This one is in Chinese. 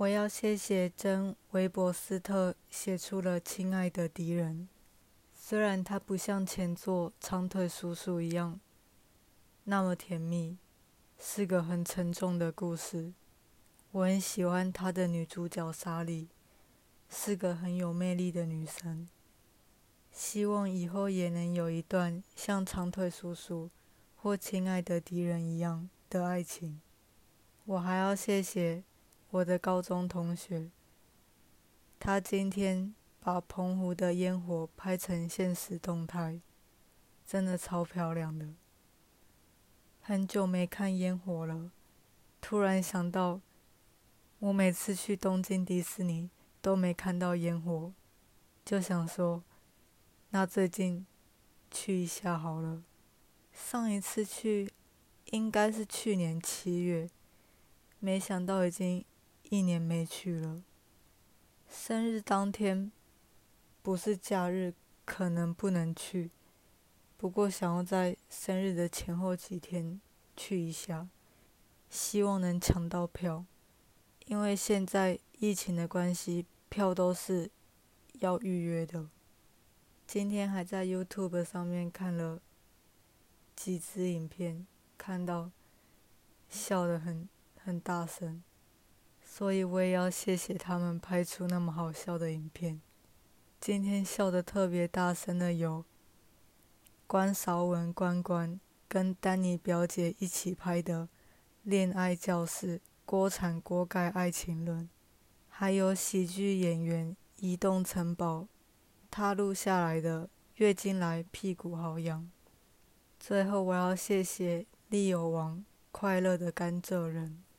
我要谢谢珍·韦伯斯特写出了《亲爱的敌人》，虽然它不像前作《长腿叔叔》一样那么甜蜜，是个很沉重的故事。我很喜欢他的女主角莎莉，是个很有魅力的女生。希望以后也能有一段像长腿叔叔或亲爱的敌人一样的爱情。我还要谢谢我的高中同学，他今天把澎湖的烟火拍成现实动态，真的超漂亮的。很久没看烟火了，突然想到我每次去东京迪士尼都没看到烟火，就想说那最近去一下好了。上一次去应该是去年7月，没想到已经1年没去了。生日当天不是假日，可能不能去，不过想要在生日的前后几天去一下，希望能抢到票。因为现在疫情的关系，票都是要预约的。今天还在 YouTube 上面看了几支影片，看到笑得很大声，所以我也要谢谢他们拍出那么好笑的影片。今天笑得特别大声的有关韶文关跟丹妮表姐一起拍的《恋爱教室》锅铲锅盖爱情论，还有喜剧演员移动城堡他录下来的月经来屁股好痒。最后我要谢谢利友王快乐的甘蔗人。